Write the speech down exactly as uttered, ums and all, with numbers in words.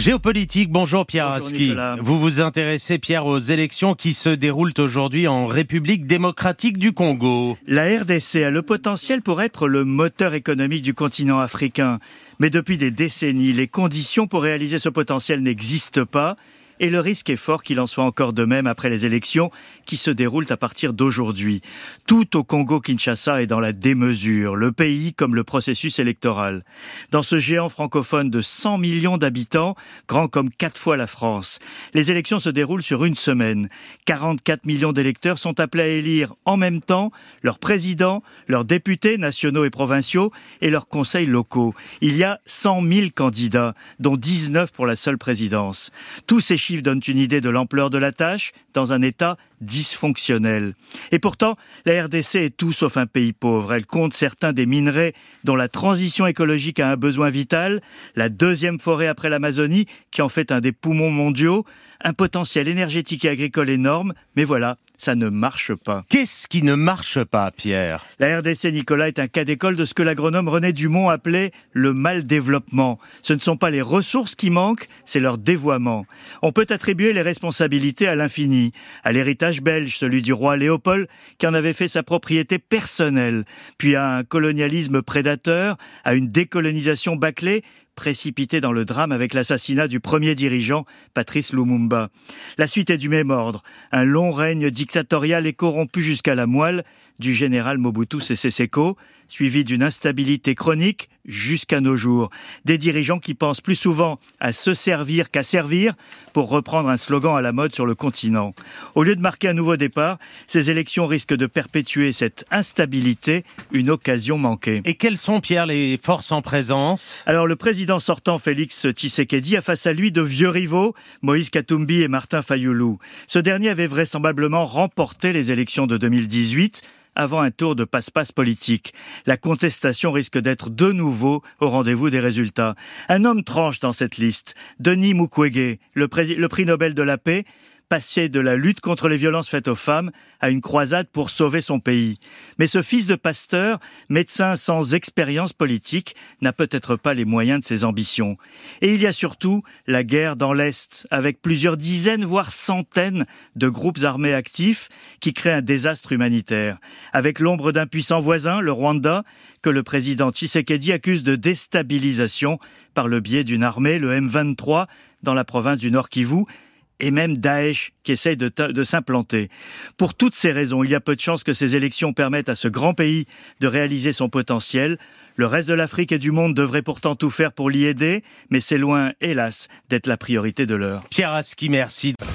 Géopolitique, bonjour Pierre Bonjour Aski. Nicolas. Vous vous intéressez, Pierre, aux élections qui se déroulent aujourd'hui en République démocratique du Congo. La R D C a le potentiel pour être le moteur économique du continent africain. Mais depuis des décennies, les conditions pour réaliser ce potentiel n'existent pas. Et le risque est fort qu'il en soit encore de même après les élections qui se déroulent à partir d'aujourd'hui. Tout au Congo-Kinshasa est dans la démesure, le pays comme le processus électoral. Dans ce géant francophone de cent millions d'habitants, grand comme quatre fois la France, les élections se déroulent sur une semaine. quarante-quatre millions d'électeurs sont appelés à élire en même temps leurs présidents, leurs députés nationaux et provinciaux et leurs conseils locaux. Il y a cent mille candidats, dont dix-neuf pour la seule présidence. Tous ces chiffres donnent une idée de l'ampleur de la tâche dans un État dysfonctionnel. Et pourtant, la R D C est tout sauf un pays pauvre. Elle compte certains des minerais dont la transition écologique a un besoin vital, la deuxième forêt après l'Amazonie qui en fait un des poumons mondiaux, un potentiel énergétique et agricole énorme, mais voilà, ça ne marche pas. Qu'est-ce qui ne marche pas, Pierre ? La R D C, Nicolas, est un cas d'école de ce que l'agronome René Dumont appelait le mal-développement. Ce ne sont pas les ressources qui manquent, c'est leur dévoiement. On peut attribuer les responsabilités à l'infini, à l'héritage belge, celui du roi Léopold, qui en avait fait sa propriété personnelle, puis à un colonialisme prédateur, à une décolonisation bâclée, précipité dans le drame avec l'assassinat du premier dirigeant, Patrice Lumumba. La suite est du même ordre. Un long règne dictatorial et corrompu jusqu'à la moelle du général Mobutu Sese Seko, suivi d'une instabilité chronique jusqu'à nos jours. Des dirigeants qui pensent plus souvent à se servir qu'à servir, pour reprendre un slogan à la mode sur le continent. Au lieu de marquer un nouveau départ, ces élections risquent de perpétuer cette instabilité, une occasion manquée. Et quelles sont, Pierre, les forces en présence ? Alors le président sortant Félix Tshisekedi a face à lui de vieux rivaux, Moïse Katumbi et Martin Fayulu. Ce dernier avait vraisemblablement remporté les élections de deux mille dix-huit, avant un tour de passe-passe politique. La contestation risque d'être de nouveau au rendez-vous des résultats. Un homme tranche dans cette liste, Denis Mukwege, le, pré- le prix Nobel de la paix, passé de la lutte contre les violences faites aux femmes à une croisade pour sauver son pays. Mais ce fils de pasteur, médecin sans expérience politique, n'a peut-être pas les moyens de ses ambitions. Et il y a surtout la guerre dans l'Est, avec plusieurs dizaines, voire centaines de groupes armés actifs qui créent un désastre humanitaire. Avec l'ombre d'un puissant voisin, le Rwanda, que le président Tshisekedi accuse de déstabilisation par le biais d'une armée, le M vingt-trois, dans la province du Nord Kivu, et même Daesh qui essaye de, de s'implanter. Pour toutes ces raisons, il y a peu de chances que ces élections permettent à ce grand pays de réaliser son potentiel. Le reste de l'Afrique et du monde devrait pourtant tout faire pour l'y aider, mais c'est loin, hélas, d'être la priorité de l'heure. Pierre Aski, merci.